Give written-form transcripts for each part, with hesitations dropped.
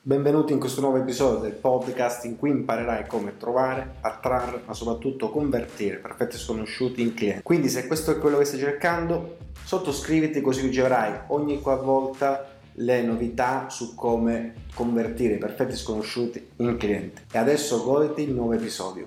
Benvenuti in questo nuovo episodio del podcast in cui imparerai come trovare, attrarre, ma soprattutto convertire perfetti sconosciuti in clienti. Quindi se questo è quello che stai cercando, sottoscriviti così riceverai ogni qualvolta le novità su come convertire i perfetti sconosciuti in clienti. E adesso goditi il nuovo episodio.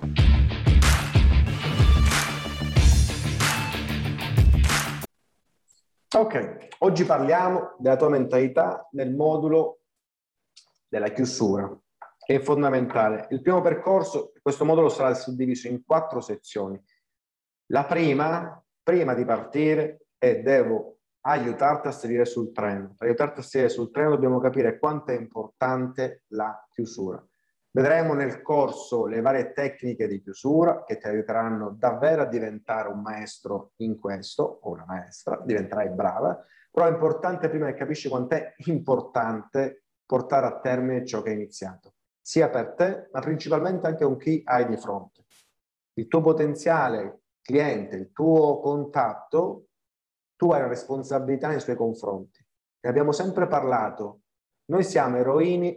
Ok, oggi parliamo della tua mentalità nel modulo della chiusura, che è fondamentale. Il primo percorso, questo modulo sarà suddiviso in 4 sezioni. La prima di partire, è devo aiutarti a salire sul treno. Per aiutarti a salire sul treno dobbiamo capire quanto è importante la chiusura. Vedremo nel corso le varie tecniche di chiusura che ti aiuteranno davvero a diventare un maestro in questo, o una maestra, diventerai brava, però è importante prima che capisci quanto è importante portare a termine ciò che hai iniziato, sia per te, ma principalmente anche con chi hai di fronte. Il tuo potenziale cliente, il tuo contatto, tu hai una responsabilità nei suoi confronti. Ne abbiamo sempre parlato. Noi siamo eroine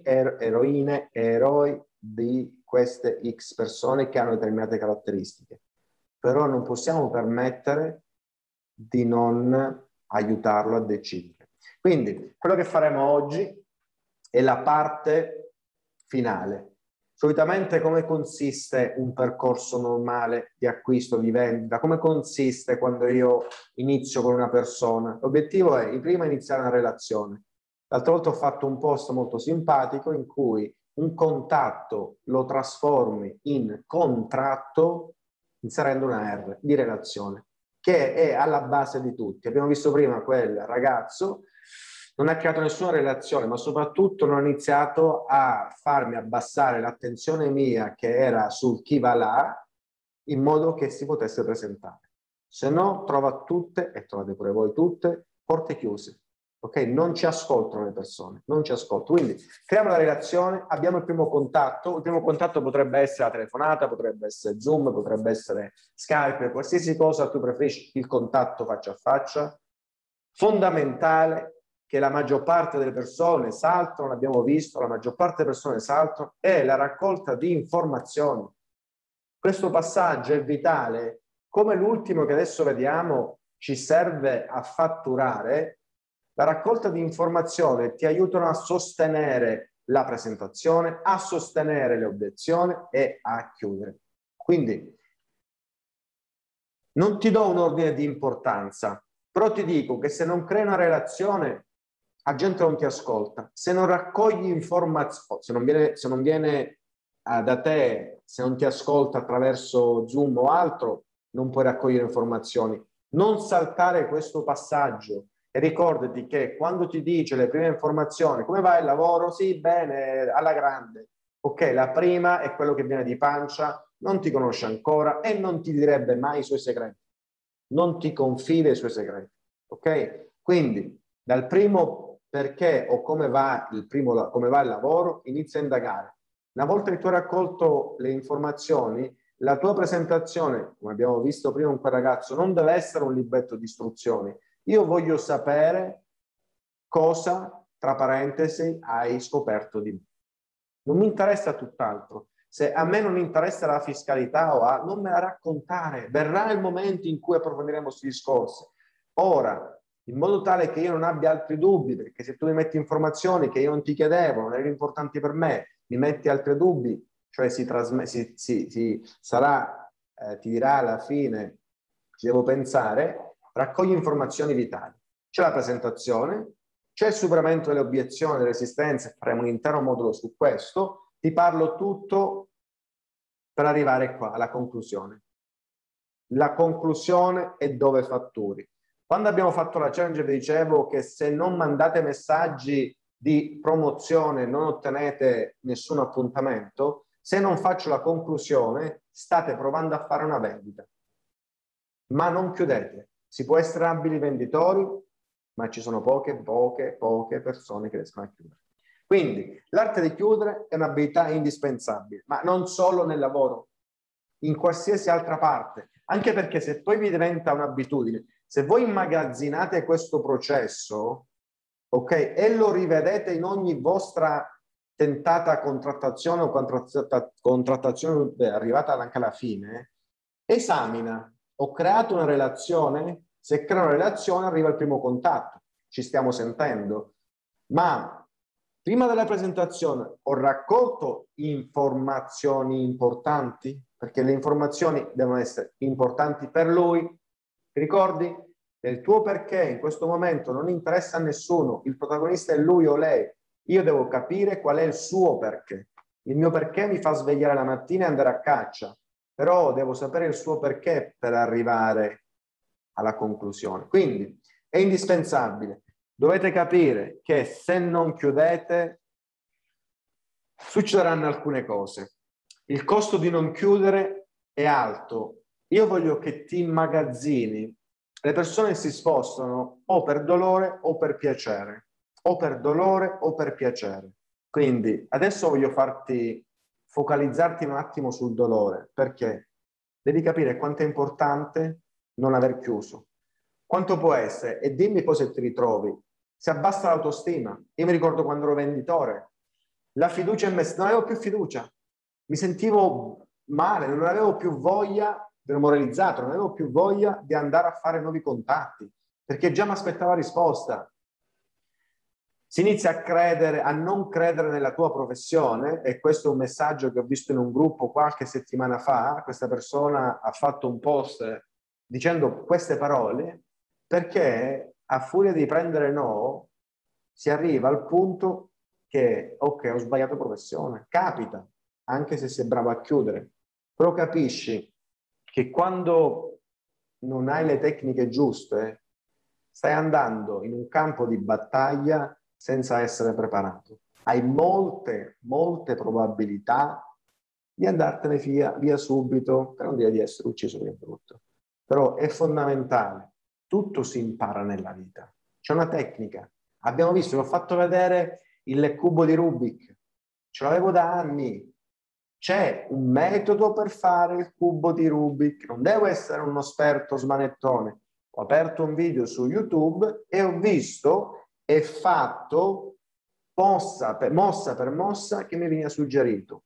e eroi di queste X persone che hanno determinate caratteristiche, però non possiamo permettere di non aiutarlo a decidere. Quindi, quello che faremo oggi è la parte finale. Solitamente come consiste un percorso normale di acquisto, di vendita? Come consiste quando io inizio con una persona? L'obiettivo è prima iniziare una relazione. L'altra volta ho fatto un post molto simpatico in cui un contatto lo trasformi in contratto inserendo una R di relazione, che è alla base di tutti. Abbiamo visto prima quel ragazzo non ha creato nessuna relazione, ma soprattutto non ha iniziato a farmi abbassare l'attenzione mia che era sul chi va là, in modo che si potesse presentare. Se no, trova tutte, e trovate pure voi tutte, porte chiuse. Ok? Non ci ascoltano le persone, non ci ascoltano. Quindi creiamo la relazione, abbiamo il primo contatto potrebbe essere la telefonata, potrebbe essere Zoom, potrebbe essere Skype, qualsiasi cosa tu preferisci, il contatto faccia a faccia. Fondamentale che la maggior parte delle persone saltano, l'abbiamo visto, la maggior parte delle persone saltano, è la raccolta di informazioni. Questo passaggio è vitale, come l'ultimo che adesso vediamo ci serve a fatturare. La raccolta di informazioni ti aiutano a sostenere la presentazione, a sostenere le obiezioni e a chiudere. Quindi non ti do un ordine di importanza, però ti dico che se non crei una relazione, la gente non ti ascolta. Se non raccogli informazioni, se non viene da te, se non ti ascolta attraverso Zoom o altro, non puoi raccogliere informazioni. Non saltare questo passaggio e ricordati che quando ti dice le prime informazioni, come va il lavoro? Sì, bene, alla grande. Ok, la prima è quello che viene di pancia, non ti conosce ancora e non ti direbbe mai i suoi segreti. Non ti confida i suoi segreti. Ok? Quindi, dal primo perché o come va il lavoro, inizia a indagare. Una volta che tu hai raccolto le informazioni, la tua presentazione, come abbiamo visto prima con quel ragazzo, non deve essere un libretto di istruzioni. Io voglio sapere cosa, tra parentesi, hai scoperto di me. Non mi interessa tutt'altro. Se a me non interessa la fiscalità non me la raccontare. Verrà il momento in cui approfondiremo questi discorsi. Ora, in modo tale che io non abbia altri dubbi, perché se tu mi metti informazioni che io non ti chiedevo, non erano importanti per me, mi metti altri dubbi, cioè ti dirà alla fine, ci devo pensare, raccogli informazioni vitali. C'è la presentazione, c'è il superamento delle obiezioni, delle resistenze, faremo un intero modulo su questo, ti parlo tutto per arrivare qua, alla conclusione. La conclusione è dove fatturi. Quando abbiamo fatto la challenge vi dicevo che se non mandate messaggi di promozione non ottenete nessun appuntamento. Se non faccio la conclusione state provando a fare una vendita. Ma non chiudete. Si può essere abili venditori, ma ci sono poche persone che riescono a chiudere. Quindi l'arte di chiudere è un'abilità indispensabile, ma non solo nel lavoro, in qualsiasi altra parte. Anche perché se poi vi diventa un'abitudine, se voi immagazzinate questo processo, ok, e lo rivedete in ogni vostra tentata contrattazione o contrattazione arrivata anche alla fine, esamina, ho creato una relazione, se creo una relazione arriva il primo contatto, ci stiamo sentendo, ma prima della presentazione ho raccolto informazioni importanti, perché le informazioni devono essere importanti per lui. Ti ricordi? Del tuo perché in questo momento non interessa a nessuno, il protagonista è lui o lei. Io devo capire qual è il suo perché. Il mio perché mi fa svegliare la mattina e andare a caccia, però devo sapere il suo perché per arrivare alla conclusione. Quindi è indispensabile. Dovete capire che se non chiudete succederanno alcune cose. Il costo di non chiudere è alto. Io voglio che ti immagazzini. Le persone si spostano o per dolore o per piacere, o per dolore o per piacere. Quindi adesso voglio farti focalizzarti un attimo sul dolore, perché devi capire quanto è importante non aver chiuso. Quanto può essere, e dimmi poi se ti ritrovi, si abbassa l'autostima. Io mi ricordo quando ero venditore, la fiducia in me, non avevo più fiducia, mi sentivo male, non avevo più voglia, ero moralizzato, non avevo più voglia di andare a fare nuovi contatti, perché già mi aspettava risposta. Si inizia a credere, a non credere nella tua professione, e questo è un messaggio che ho visto in un gruppo qualche settimana fa. Questa persona ha fatto un post dicendo queste parole, perché a furia di prendere no, si arriva al punto che, ok, ho sbagliato professione, capita, anche se sei bravo a chiudere, però capisci che quando non hai le tecniche giuste, stai andando in un campo di battaglia senza essere preparato. Hai molte probabilità di andartene via subito, per non dire di essere ucciso via brutto. Però è fondamentale, tutto si impara nella vita. C'è una tecnica. Abbiamo visto, l'ho fatto vedere il cubo di Rubik, ce l'avevo da anni. C'è un metodo per fare il cubo di Rubik, non devo essere uno esperto smanettone. Ho aperto un video su YouTube e ho visto e fatto mossa per mossa che mi veniva suggerito.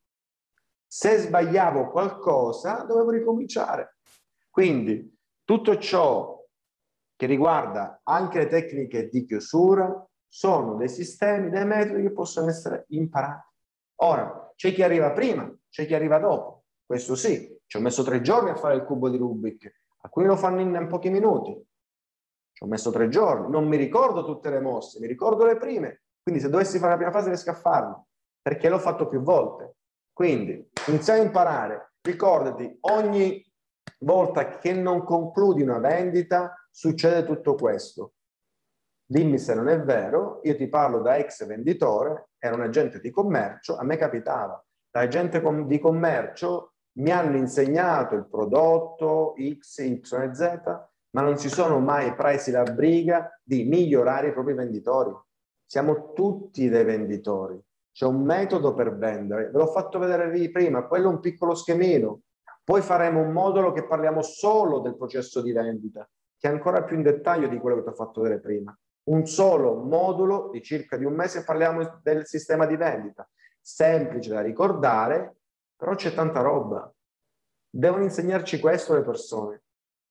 Se sbagliavo qualcosa, dovevo ricominciare. Quindi tutto ciò che riguarda anche le tecniche di chiusura sono dei sistemi, dei metodi che possono essere imparati. Ora, c'è chi arriva prima, c'è chi arriva dopo. Questo sì, ci ho messo 3 giorni a fare il cubo di Rubik, alcuni lo fanno in pochi minuti. Ci ho messo 3 giorni, non mi ricordo tutte le mosse, mi ricordo le prime. Quindi se dovessi fare la prima fase riesco a farlo, perché l'ho fatto più volte. Quindi iniziare a imparare, ricordati, ogni volta che non concludi una vendita succede tutto questo. Dimmi se non è vero, io ti parlo da ex venditore, ero un agente di commercio, a me capitava, da agente di commercio mi hanno insegnato il prodotto X, Y e Z, ma non si sono mai presi la briga di migliorare i propri venditori. Siamo tutti dei venditori, c'è un metodo per vendere, ve l'ho fatto vedere lì prima, quello è un piccolo schemino, poi faremo un modulo che parliamo solo del processo di vendita, che è ancora più in dettaglio di quello che ti ho fatto vedere prima. Un solo modulo di circa di un mese parliamo del sistema di vendita, semplice da ricordare, però c'è tanta roba. Devono insegnarci questo le persone.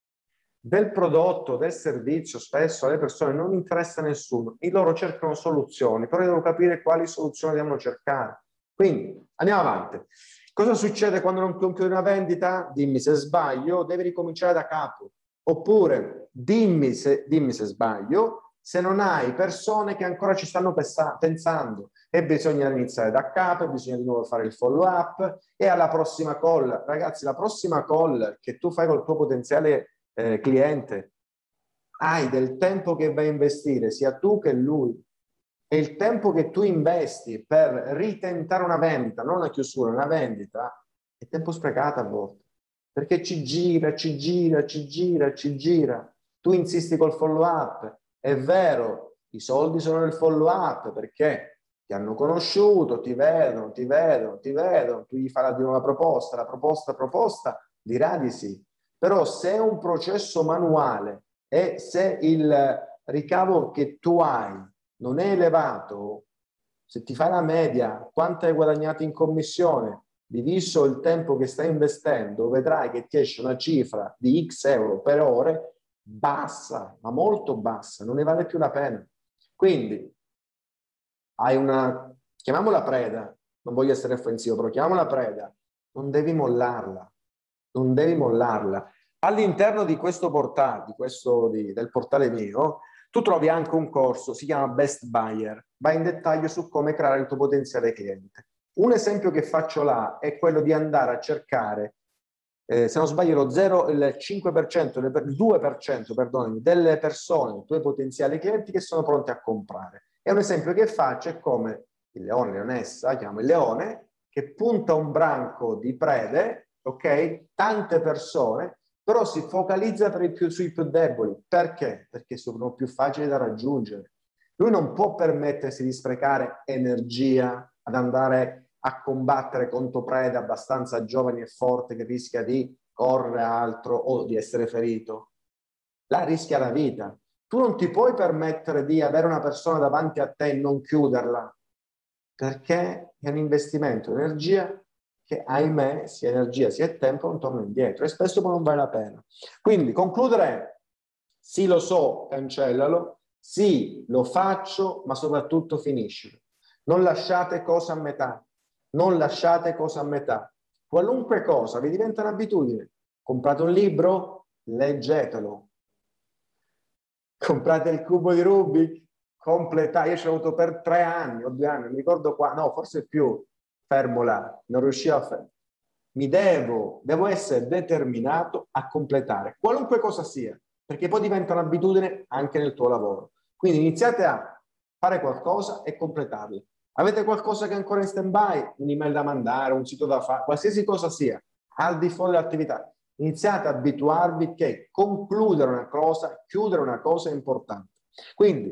Del prodotto, del servizio, spesso alle persone non interessa nessuno, e loro cercano soluzioni, però devono capire quali soluzioni devono cercare. Quindi andiamo avanti. Cosa succede quando non concludi una vendita? Dimmi se sbaglio, devi ricominciare da capo. Oppure dimmi se sbaglio, se non hai persone che ancora ci stanno pensando, e bisogna iniziare da capo, e bisogna di nuovo fare il follow up, e alla prossima call. Ragazzi, la prossima call che tu fai col tuo potenziale cliente, hai del tempo che vai a investire sia tu che lui, e il tempo che tu investi per ritentare una vendita, non una chiusura, una vendita, è tempo sprecato a volte, perché ci gira. Tu insisti col follow up, è vero, i soldi sono nel follow up perché ti hanno conosciuto, ti vedono, tu gli farai di nuovo la proposta, dirà di sì. Però se è un processo manuale e se il ricavo che tu hai non è elevato, se ti fai la media, quanto hai guadagnato in commissione, diviso il tempo che stai investendo, vedrai che ti esce una cifra di X euro per ore bassa, ma molto bassa, non ne vale più la pena. Quindi hai una, chiamiamola preda, non voglio essere offensivo, però chiamiamola preda, non devi mollarla, non devi mollarla. All'interno di questo portale, del portale mio, tu trovi anche un corso, si chiama Best Buyer, va in dettaglio su come creare il tuo potenziale cliente. Un esempio che faccio là è quello di andare a cercare, se non sbaglio, il 5%, il 2%, perdonami, delle persone, i tuoi potenziali clienti che sono pronti a comprare. È un esempio che faccio, è come il leone, leonessa, chiamo il leone, che punta un branco di prede, ok? Tante persone, però si focalizza sui più deboli. Perché? Perché sono più facili da raggiungere. Lui non può permettersi di sprecare energia ad andare a combattere contro prede abbastanza giovani e forte che rischia di correre altro o di essere ferito. Là rischia la vita. Tu non ti puoi permettere di avere una persona davanti a te e non chiuderla, perché è un investimento di energia che, ahimè, sia energia sia tempo non torna indietro e spesso non vale la pena. Quindi concludere, sì lo so, cancellalo, sì lo faccio, ma soprattutto finiscilo. Non lasciate cose a metà, non lasciate cose a metà. Qualunque cosa vi diventa un'abitudine. Comprate un libro, leggetelo. Comprate il cubo di Rubik, completate. Io ce l'ho avuto per 3 anni o 2 anni, non mi ricordo qua, no, forse più, fermo là, non riuscivo a fare. Devo essere determinato a completare, qualunque cosa sia, perché poi diventa un'abitudine anche nel tuo lavoro. Quindi iniziate a fare qualcosa e completarlo. Avete qualcosa che è ancora in stand-by? Un'email da mandare, un sito da fare, qualsiasi cosa sia, al di fuori dell'attività. Iniziate ad abituarvi che concludere una cosa, chiudere una cosa è importante. Quindi,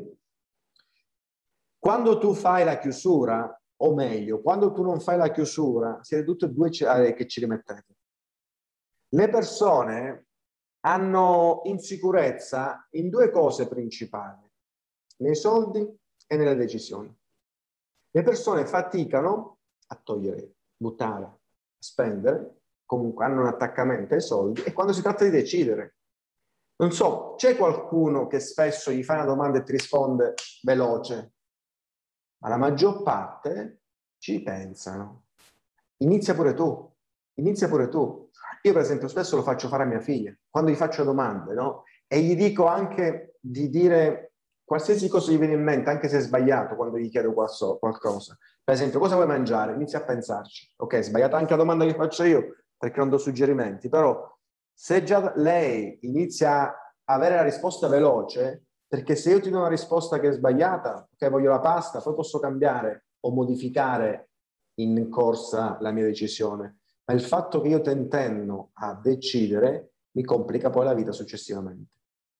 quando tu fai la chiusura, o meglio, quando tu non fai la chiusura, siete tutti e due che ci rimettete. Le persone hanno insicurezza in 2 cose principali, nei soldi e nelle decisioni. Le persone faticano a togliere, buttare, a spendere, comunque hanno un attaccamento ai soldi, e quando si tratta di decidere. Non so, c'è qualcuno che spesso gli fa una domanda e ti risponde veloce, ma la maggior parte ci pensano. Inizia pure tu, inizia pure tu. Io per esempio spesso lo faccio fare a mia figlia, quando gli faccio domande, no? E gli dico anche di dire qualsiasi cosa gli viene in mente, anche se è sbagliato, quando gli chiedo qualcosa. Per esempio, cosa vuoi mangiare? Inizia a pensarci. Ok, è sbagliata anche la domanda che faccio io, perché non do suggerimenti, però se già lei inizia a avere la risposta veloce, perché se io ti do una risposta che è sbagliata, ok, voglio la pasta, poi posso cambiare o modificare in corsa la mia decisione, ma il fatto che io tentendo a decidere mi complica poi la vita successivamente.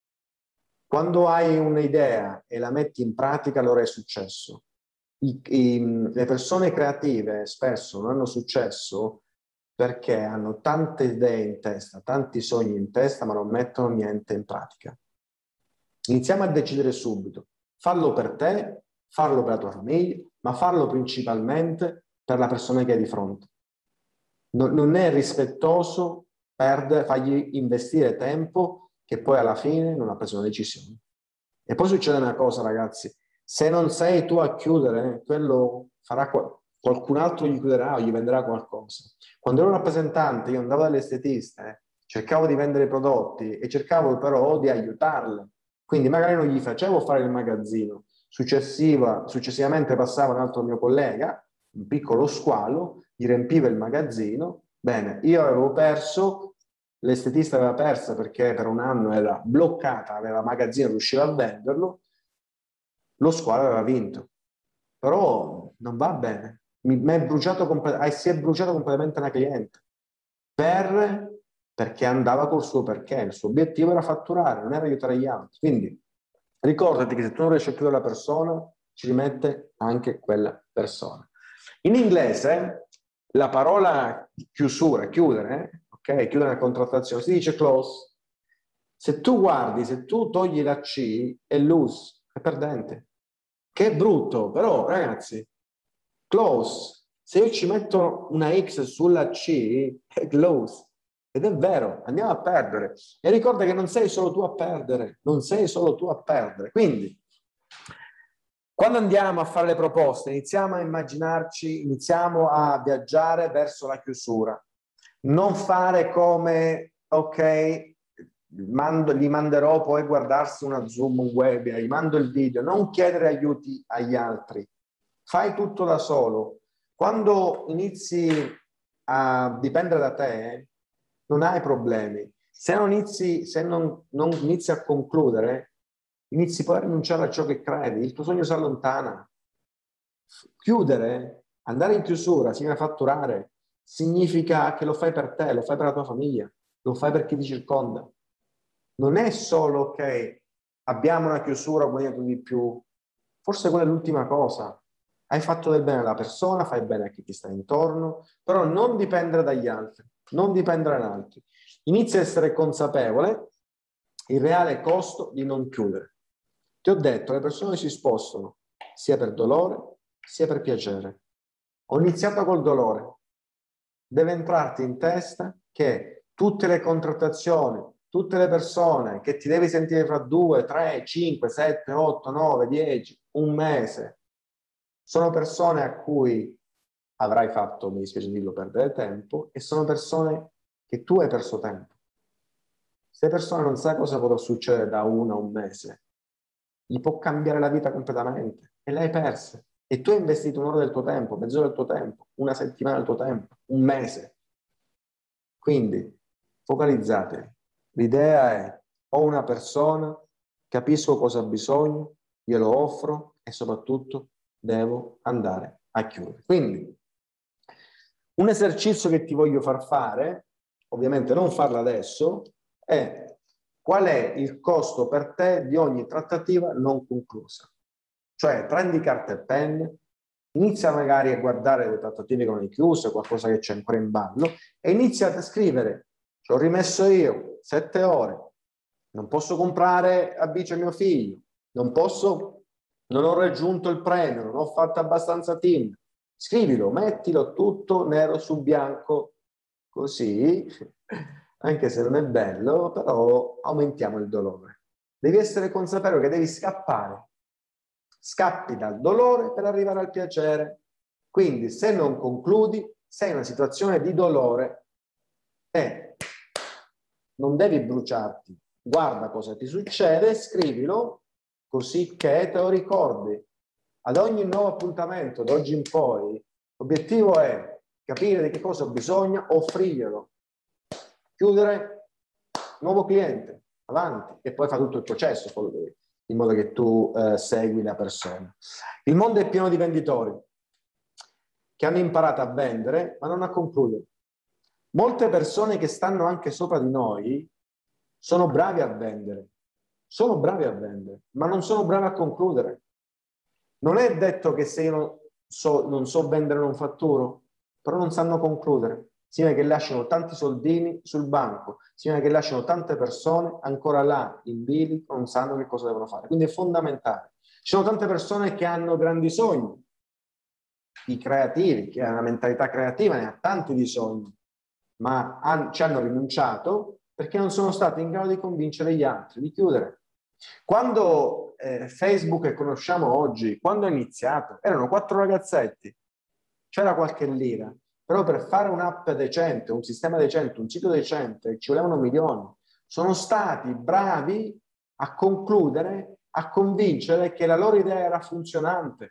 Quando hai un'idea e la metti in pratica, allora è successo. Le persone creative spesso non hanno successo perché hanno tante idee in testa, tanti sogni in testa, ma non mettono niente in pratica. Iniziamo a decidere subito. Fallo per te, farlo per la tua famiglia, ma farlo principalmente per la persona che hai di fronte. Non è rispettoso fargli investire tempo che poi alla fine non ha preso una decisione. E poi succede una cosa, ragazzi, se non sei tu a chiudere, quello farà qualcun altro, gli chiuderà o gli venderà qualcosa. Quando ero un rappresentante, io andavo dall'estetista, cercavo di vendere i prodotti e cercavo però di aiutarle. Quindi magari non gli facevo fare il magazzino, successivamente passava un altro mio collega, un piccolo squalo, gli riempiva il magazzino. Bene, io avevo perso, l'estetista aveva persa perché per un anno era bloccata, aveva magazzino, riusciva a venderlo, lo squalo aveva vinto. Però non va bene. Si è bruciato completamente una cliente perché andava col suo perché. Il suo obiettivo era fatturare, non era aiutare gli altri. Quindi ricordati che se tu non riesci a chiudere la persona, ci rimette anche quella persona. In inglese la parola chiusura, chiudere, ok? Chiudere la contrattazione, si dice close. Se tu guardi, se tu togli la C, è lose, è perdente. Che è brutto, però ragazzi, Close. Se io ci metto una X sulla C, è close. Ed è vero, andiamo a perdere. E ricorda che non sei solo tu a perdere, non sei solo tu a perdere. Quindi, quando andiamo a fare le proposte, iniziamo a immaginarci, iniziamo a viaggiare verso la chiusura. Non fare come, ok, gli manderò poi guardarsi una Zoom, un webinar, gli mando il video, non chiedere aiuti agli altri. Fai tutto da solo. Quando inizi a dipendere da te, non hai problemi. Se non inizi a concludere, inizi poi a rinunciare a ciò che credi, il tuo sogno si allontana. Chiudere, andare in chiusura, significa fatturare, significa che lo fai per te, lo fai per la tua famiglia, lo fai per chi ti circonda. Non è solo che abbiamo una chiusura, guadagnato di più, forse quella è l'ultima cosa. Hai fatto del bene alla persona, fai bene a chi ti sta intorno, però non dipendere dagli altri, non dipendere da altri. Inizia a essere consapevole il reale costo di non chiudere. Ti ho detto, le persone si spostano sia per dolore sia per piacere. Ho iniziato col dolore. Deve entrarti in testa che tutte le contrattazioni, tutte le persone che ti devi sentire fra 2, 3, 5, 7, 8, 9, 10, un mese, sono persone a cui avrai fatto, mi dispiace dirlo, perdere tempo, e sono persone che tu hai perso tempo. Se persone non sai cosa potrà succedere da 1 a un mese, gli può cambiare la vita completamente e l'hai persa. E tu hai investito un'ora del tuo tempo, mezz'ora del tuo tempo, una settimana del tuo tempo, un mese. Quindi focalizzatevi. L'idea è: ho una persona, capisco cosa ha bisogno, glielo offro e soprattutto devo andare a chiudere. Quindi un esercizio che ti voglio far fare, ovviamente non farlo adesso, è: qual è il costo per te di ogni trattativa non conclusa? Cioè, prendi carta e penna, inizia magari a guardare le trattative che non hai chiuse, qualcosa che c'è ancora in ballo, e inizia a scrivere: ci ho rimesso io 7 ore, non posso comprare a bici a mio figlio, non ho raggiunto il premio, non ho fatto abbastanza team. Scrivilo, mettilo tutto nero su bianco, così, anche se non è bello, però aumentiamo il dolore. Devi essere consapevole che devi scappare. Scappi dal dolore per arrivare al piacere. Quindi, se non concludi, sei in una situazione di dolore e non devi bruciarti. Guarda cosa ti succede, scrivilo, così che te lo ricordi. Ad ogni nuovo appuntamento, da oggi in poi, l'obiettivo è capire di che cosa ho bisogno, offrirglielo, chiudere, nuovo cliente, avanti, e poi fa tutto il processo, in modo che tu segui la persona. Il mondo è pieno di venditori che hanno imparato a vendere, ma non a concludere. Molte persone che stanno anche sopra di noi sono bravi a vendere, ma non sono bravi a concludere. Non è detto che se io non so vendere non fatturo, però non sanno concludere. Significa che lasciano tanti soldini sul banco, significa che lasciano tante persone ancora là in bilico, non sanno che cosa devono fare. Quindi è fondamentale. Ci sono tante persone che hanno grandi sogni, i creativi, che hanno una mentalità creativa, ne ha tanti di sogni, ma ci hanno rinunciato perché non sono stati in grado di convincere gli altri, di chiudere. Quando Facebook che conosciamo oggi, quando è iniziato, erano 4 ragazzetti, c'era qualche lira, però per fare un'app decente, un sistema decente, un sito decente, ci volevano milioni. Sono stati bravi a concludere, a convincere che la loro idea era funzionante.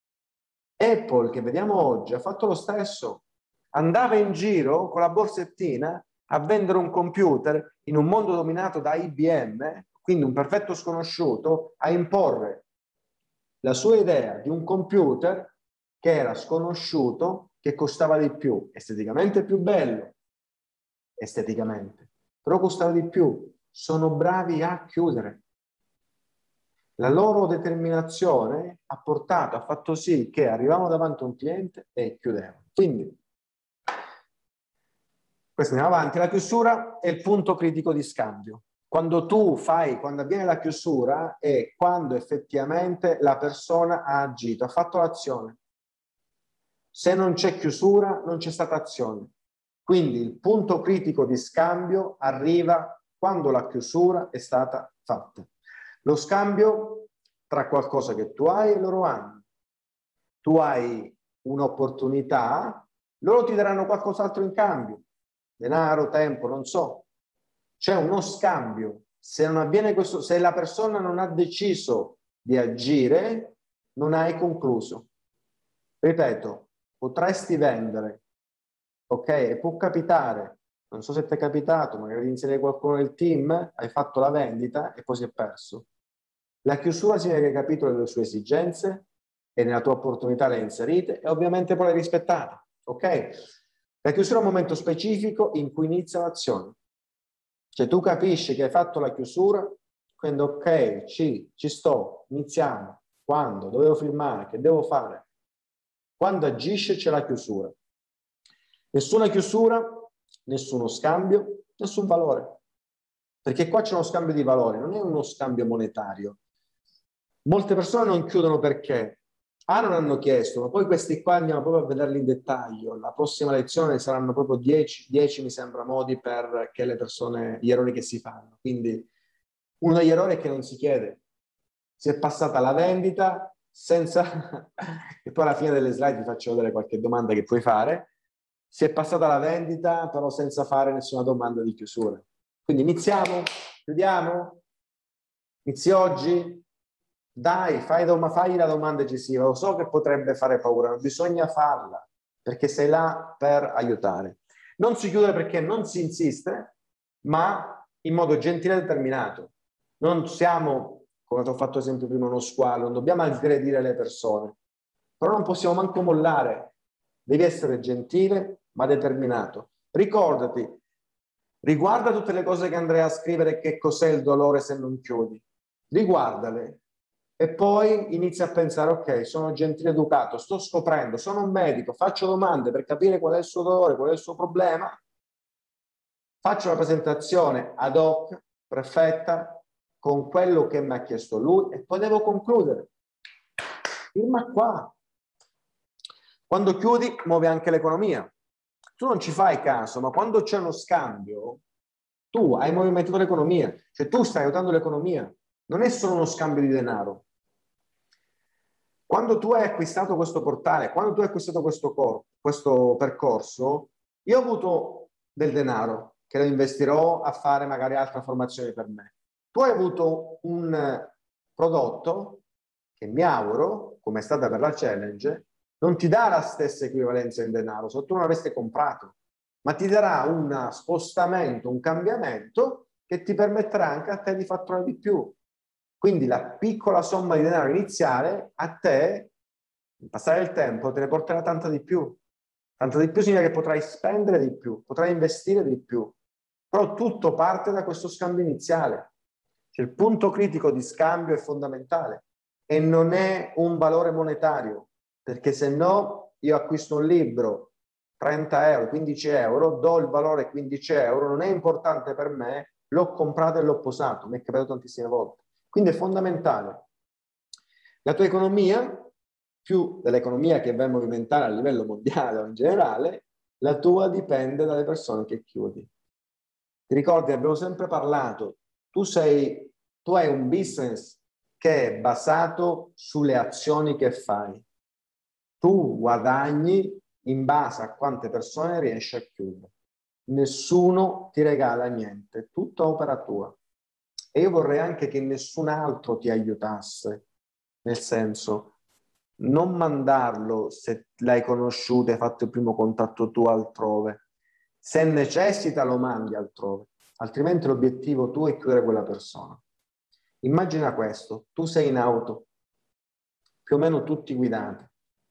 Apple, che vediamo oggi, ha fatto lo stesso. Andava in giro con la borsettina a vendere un computer in un mondo dominato da IBM, quindi un perfetto sconosciuto, a imporre la sua idea di un computer che era sconosciuto, che costava di più, esteticamente più bello, esteticamente, però costava di più. Sono bravi a chiudere. La loro determinazione ha fatto sì che arrivavano davanti a un cliente e chiudevano. Quindi, questo andiamo avanti. La chiusura è il punto critico di scambio. Quando avviene la chiusura è quando effettivamente la persona ha agito, ha fatto l'azione. Se non c'è chiusura, non c'è stata azione. Quindi il punto critico di scambio arriva quando la chiusura è stata fatta. Lo scambio tra qualcosa che tu hai e loro hanno. Tu hai un'opportunità, loro ti daranno qualcos'altro in cambio. Denaro, tempo, non so. C'è uno scambio. Se non avviene questo, se la persona non ha deciso di agire, non hai concluso. Ripeto, potresti vendere, ok? E può capitare, non so se ti è capitato, magari di inserire qualcuno nel team, hai fatto la vendita e poi si è perso. La chiusura significa che hai capito le sue esigenze e nella tua opportunità le hai inserite e ovviamente poi le hai rispettate, ok? La chiusura è un momento specifico in cui inizia l'azione. Cioè tu capisci che hai fatto la chiusura, quindi ok, ci sto, iniziamo. Quando? Dovevo firmare? Che devo fare? Quando agisce c'è la chiusura. Nessuna chiusura, nessuno scambio, nessun valore. Perché qua c'è uno scambio di valori, non è uno scambio monetario. Molte persone non chiudono perché non hanno chiesto, ma poi questi qua andiamo proprio a vederli in dettaglio. La prossima lezione saranno proprio 10 mi sembra modi per che le persone, gli errori che si fanno. Quindi uno degli errori è che non si chiede. Si è passata la vendita senza... e poi alla fine delle slide vi faccio vedere qualche domanda che puoi fare. Si è passata la vendita però senza fare nessuna domanda di chiusura. Quindi iniziamo? Chiudiamo? Inizi oggi? Dai, fai la domanda decisiva. Lo so che potrebbe fare paura, ma bisogna farla perché sei là per aiutare. Non si chiude perché non si insiste, ma in modo gentile e determinato. Non siamo, come ti ho fatto esempio prima, uno squalo, non dobbiamo aggredire le persone, però non possiamo manco mollare. Devi essere gentile ma determinato. Ricordati, riguarda tutte le cose che andrai a scrivere, che cos'è il dolore se non chiudi. Riguardale e poi inizia a pensare, ok, sono gentile, educato, sto scoprendo, sono un medico, faccio domande per capire qual è il suo dolore, qual è il suo problema, faccio una presentazione ad hoc, perfetta, con quello che mi ha chiesto lui e poi devo concludere. Firma qua. Quando chiudi muove anche l'economia. Tu non ci fai caso, ma quando c'è uno scambio, tu hai movimentato l'economia, cioè tu stai aiutando l'economia, non è solo uno scambio di denaro. Quando tu hai acquistato questo portale, quando tu hai acquistato questo percorso, io ho avuto del denaro che lo investirò a fare magari altra formazione per me. Tu hai avuto un prodotto che mi auguro, come è stata per la challenge, non ti dà la stessa equivalenza in denaro se tu non l'aveste comprato, ma ti darà un spostamento, un cambiamento che ti permetterà anche a te di fatturare di più. Quindi la piccola somma di denaro iniziale a te, nel passare del tempo, te ne porterà tanta di più. Tanto di più significa che potrai spendere di più, potrai investire di più. Però tutto parte da questo scambio iniziale. Cioè il punto critico di scambio è fondamentale e non è un valore monetario, perché se no io acquisto un libro 30 euro, 15 euro, do il valore 15 euro, non è importante per me, l'ho comprato e l'ho posato, mi è capitato tantissime volte. Quindi è fondamentale. La tua economia, più dell'economia che va a movimentare a livello mondiale o in generale, la tua dipende dalle persone che chiudi. Ti ricordi, abbiamo sempre parlato, tu hai un business che è basato sulle azioni che fai. Tu guadagni in base a quante persone riesci a chiudere. Nessuno ti regala niente, tutta opera tua. E io vorrei anche che nessun altro ti aiutasse, nel senso, non mandarlo se l'hai conosciuto, hai fatto il primo contatto tu altrove. Se necessita lo mandi altrove, altrimenti l'obiettivo tuo è chiudere quella persona. Immagina questo, tu sei in auto, più o meno tutti guidati.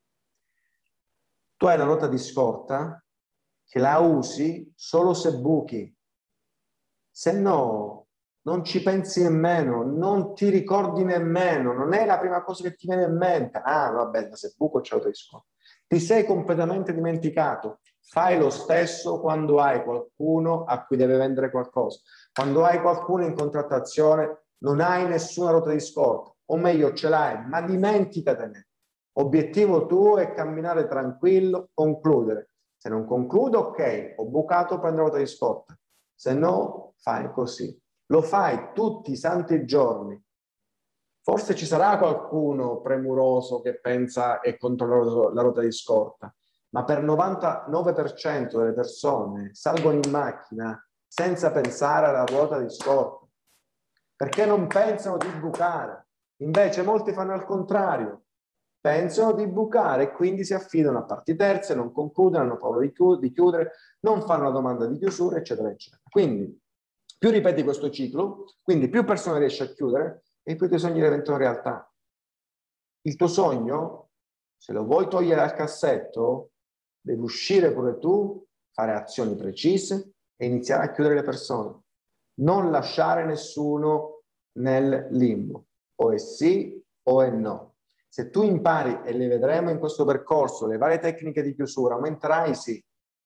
Tu hai la ruota di scorta che la usi solo se buchi, se no non ci pensi nemmeno, non ti ricordi nemmeno, non è la prima cosa che ti viene in mente. Ah, vabbè, se buco c'è l'auto di scorta. Ti sei completamente dimenticato. Fai lo stesso quando hai qualcuno a cui deve vendere qualcosa. Quando hai qualcuno in contrattazione, non hai nessuna ruota di scorta, o meglio ce l'hai, ma dimenticatene. Obiettivo tuo è camminare tranquillo, concludere. Se non concludo, ok, ho bucato, prendo la ruota di scorta. Se no, fai così. Lo fai tutti i santi giorni. Forse ci sarà qualcuno premuroso che pensa e controlla la ruota di scorta, ma per il 99% delle persone salgono in macchina senza pensare alla ruota di scorta, perché non pensano di bucare. Invece molti fanno il contrario, pensano di bucare e quindi si affidano a parti terze, non concludono, hanno paura di chiudere, non fanno la domanda di chiusura, eccetera, eccetera. Quindi più ripeti questo ciclo, quindi più persone riesci a chiudere e più i tuoi sogni diventano realtà. Il tuo sogno, se lo vuoi togliere dal cassetto, devi uscire pure tu, fare azioni precise e iniziare a chiudere le persone. Non lasciare nessuno nel limbo. O è sì o è no. Se tu impari, e le vedremo in questo percorso, le varie tecniche di chiusura, aumenterai sì.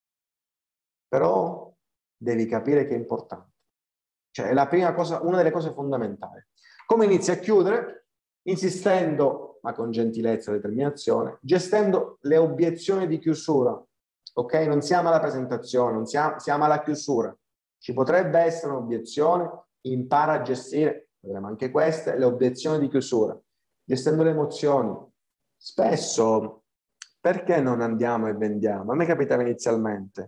Però devi capire che è importante. Cioè è la prima cosa, una delle cose fondamentali. Come inizi a chiudere? Insistendo, ma con gentilezza e determinazione, gestendo le obiezioni di chiusura. Ok? Non siamo alla presentazione, non siamo alla chiusura. Ci potrebbe essere un'obiezione, impara a gestire, vedremo anche queste, le obiezioni di chiusura, gestendo le emozioni. Spesso, perché non andiamo e vendiamo? A me capitava inizialmente.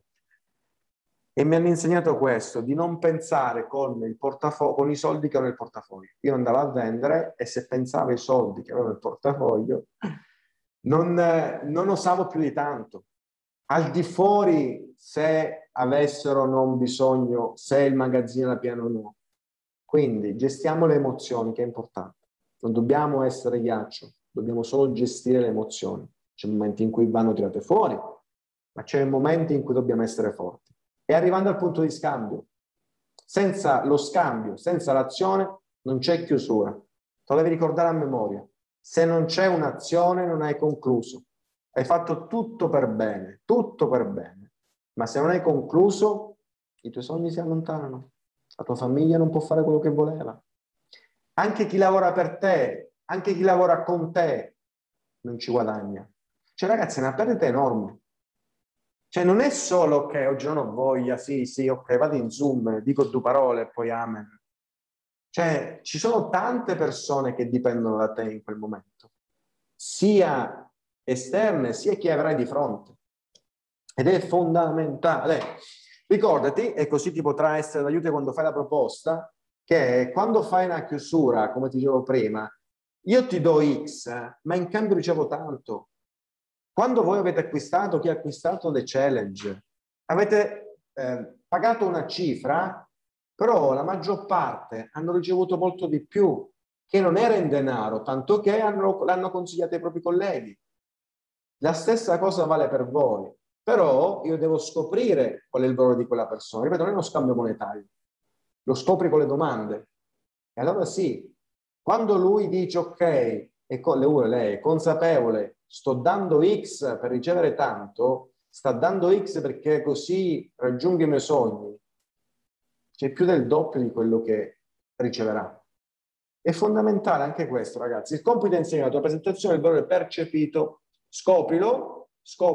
E mi hanno insegnato questo, di non pensare con i soldi che ho nel portafoglio. Io andavo a vendere e se pensavo ai soldi che avevo nel portafoglio, non osavo più di tanto. Al di fuori, se avessero non bisogno, se il magazzino era pieno o no. Quindi gestiamo le emozioni, che è importante. Non dobbiamo essere ghiaccio, dobbiamo solo gestire le emozioni. C'è momenti in cui vanno tirate fuori, ma c'è momenti in cui dobbiamo essere forti. E arrivando al punto di scambio, senza lo scambio, senza l'azione, non c'è chiusura. Te lo devi ricordare a memoria. Se non c'è un'azione, non hai concluso. Hai fatto tutto per bene, tutto per bene. Ma se non hai concluso, i tuoi sogni si allontanano. La tua famiglia non può fare quello che voleva. Anche chi lavora per te, anche chi lavora con te, non ci guadagna. Cioè, ragazzi, è una perdita enorme. Cioè, non è solo che oggi non ho voglia, sì, sì, ok, vado in Zoom, dico due parole e poi amen. Cioè, ci sono tante persone che dipendono da te in quel momento, sia esterne, sia chi avrai di fronte. Ed è fondamentale. Ricordati, e così ti potrà essere d'aiuto quando fai la proposta, che quando fai una chiusura, come ti dicevo prima, io ti do X, ma in cambio ricevo tanto. Quando voi avete acquistato, chi ha acquistato le challenge, avete pagato una cifra, però la maggior parte hanno ricevuto molto di più, che non era in denaro, tanto che l'hanno consigliato ai propri colleghi. La stessa cosa vale per voi, però io devo scoprire qual è il valore di quella persona. Ripeto, non è uno scambio monetario, lo scopri con le domande. E allora sì, quando lui dice ok, e lei è consapevole, sto dando X per ricevere tanto, sta dando X perché così raggiungo i miei sogni, c'è più del doppio di quello che riceverà. È fondamentale anche questo, ragazzi. Il compito è insegnare la tua presentazione, il valore percepito, scoprilo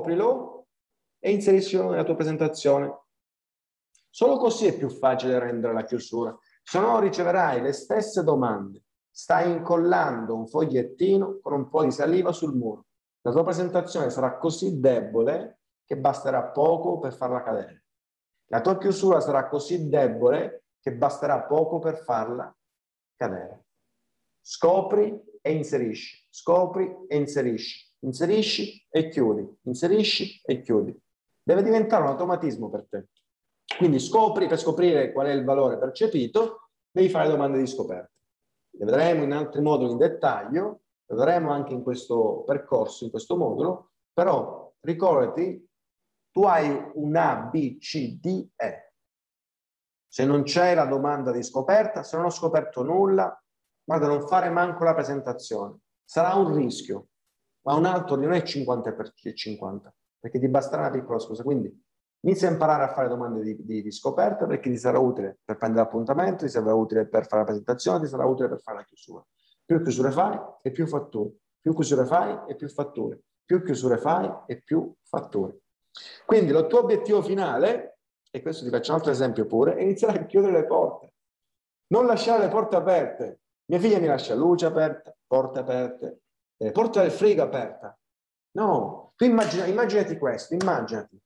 e inseriscilo nella tua presentazione. Solo così è più facile rendere la chiusura. Se no riceverai le stesse domande. Stai incollando un fogliettino con un po' di saliva sul muro. La tua presentazione sarà così debole che basterà poco per farla cadere. La tua chiusura sarà così debole che basterà poco per farla cadere. Scopri e inserisci, scopri e inserisci, inserisci e chiudi, inserisci e chiudi. Deve diventare un automatismo per te. Quindi scopri, per scoprire qual è il valore percepito, devi fare domande di scoperta. Le vedremo in altri moduli in dettaglio, le vedremo anche in questo percorso, in questo modulo, però ricordati, tu hai un A, B, C, D, E. Se non c'è la domanda di scoperta, se non ho scoperto nulla, guarda, non fare manco la presentazione. Sarà un rischio, ma un altro non è 50 per 50, perché ti basterà una piccola scusa. Quindi inizia a imparare a fare domande di scoperta perché ti sarà utile per prendere appuntamento, ti sarà utile per fare la presentazione, ti sarà utile per fare la chiusura. Più chiusure fai e più fatturi. Più chiusure fai e più fatturi. Più chiusure fai e più fatturi. Quindi il tuo obiettivo finale, e questo ti faccio un altro esempio pure, è iniziare a chiudere le porte. Non lasciare le porte aperte. Mia figlia mi lascia luce aperta, porte aperte, porta del frigo aperta. No, tu immaginati questo, immaginati.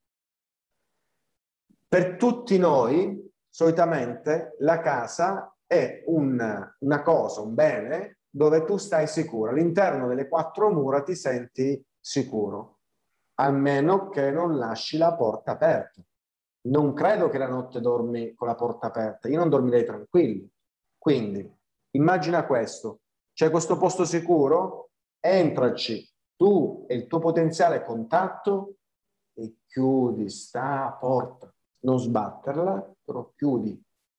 Per tutti noi, solitamente, la casa è una cosa, un bene, dove tu stai sicuro. All'interno delle 4 mura ti senti sicuro, a meno che non lasci la porta aperta. Non credo che la notte dormi con la porta aperta, io non dormirei tranquillo. Quindi, immagina questo, c'è questo posto sicuro, entraci tu e il tuo potenziale contatto e chiudi sta porta. Non sbatterla, però chiudi.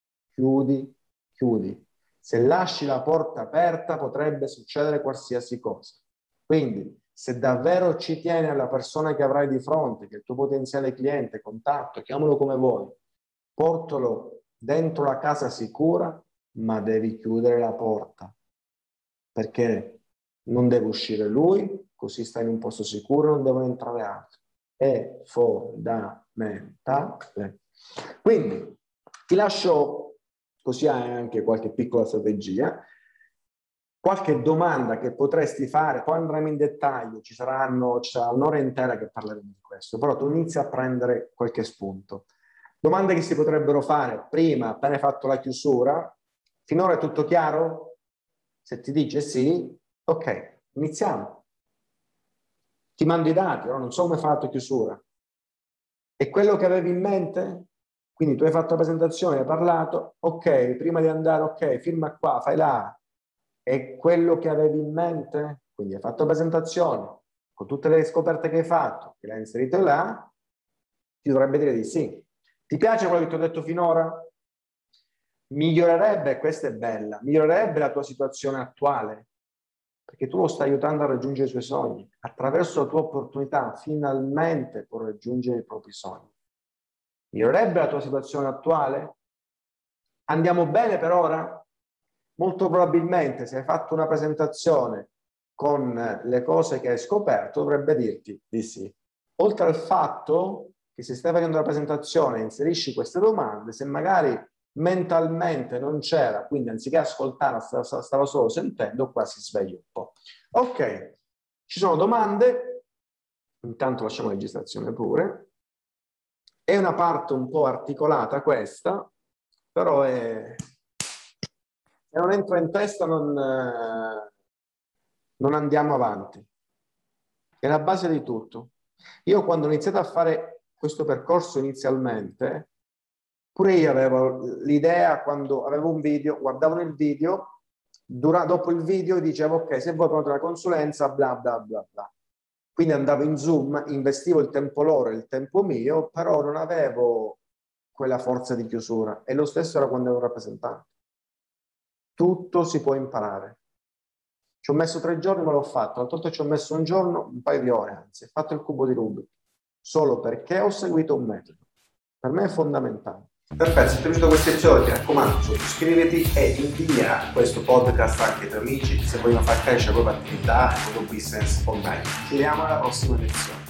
Se lasci la porta aperta potrebbe succedere qualsiasi cosa. Quindi, se davvero ci tieni alla persona che avrai di fronte, che è il tuo potenziale cliente, contatto, chiamalo come vuoi, portalo dentro la casa sicura, ma devi chiudere la porta, perché non deve uscire lui, così stai in un posto sicuro, non devono entrare altri. È fondamentale. Quindi ti lascio, così hai anche qualche piccola strategia, qualche domanda che potresti fare, poi andremo in dettaglio, ci sarà un'ora intera che parleremo di questo, però tu inizi a prendere qualche spunto. Domande che si potrebbero fare prima, appena hai fatto la chiusura. Finora è tutto chiaro? Se ti dice sì, ok, iniziamo. Ti mando i dati, ora non so come hai fatto chiusura. È quello che avevi in mente? Quindi tu hai fatto la presentazione, hai parlato, ok, prima di andare, ok, firma qua, fai là. È quello che avevi in mente? Quindi hai fatto la presentazione, con tutte le scoperte che hai fatto, che l'hai inserito là, ti dovrebbe dire di sì. Ti piace quello che ti ho detto finora? Migliorerebbe, questa è bella, migliorerebbe la tua situazione attuale, perché tu lo stai aiutando a raggiungere i suoi sogni. Attraverso la tua opportunità finalmente può raggiungere i propri sogni. Migliorerebbe la tua situazione attuale? Andiamo bene per ora? Molto probabilmente se hai fatto una presentazione con le cose che hai scoperto dovrebbe dirti di sì. Oltre al fatto che se stai facendo la presentazione e inserisci queste domande, se magari mentalmente non c'era, quindi anziché ascoltare stava solo sentendo, qua si sveglia un po'. Ok, ci sono domande, intanto lasciamo la registrazione pure. È una parte un po' articolata questa, però se non entra in testa non andiamo avanti. È la base di tutto. Io quando ho iniziato a fare questo percorso inizialmente, pure io avevo l'idea, quando avevo un video, guardavo nel video, dopo il video dicevo ok, se vuoi prenotare la consulenza, bla bla bla bla. Quindi andavo in Zoom, investivo il tempo loro e il tempo mio, però non avevo quella forza di chiusura. E lo stesso era quando ero rappresentante. Tutto si può imparare. Ci ho messo 3 giorni, ma l'ho fatto. L'altra volta ci ho messo un giorno, un paio di ore, anzi. Ho fatto il cubo di Rubik. Solo perché ho seguito un metodo. Per me è fondamentale. Perfetto, se ti è piaciuto questo episodio ti raccomando, iscriviti e invia questo podcast anche ai tuoi amici se vogliono far crescere la propria attività e il proprio business online. Ci vediamo alla prossima lezione.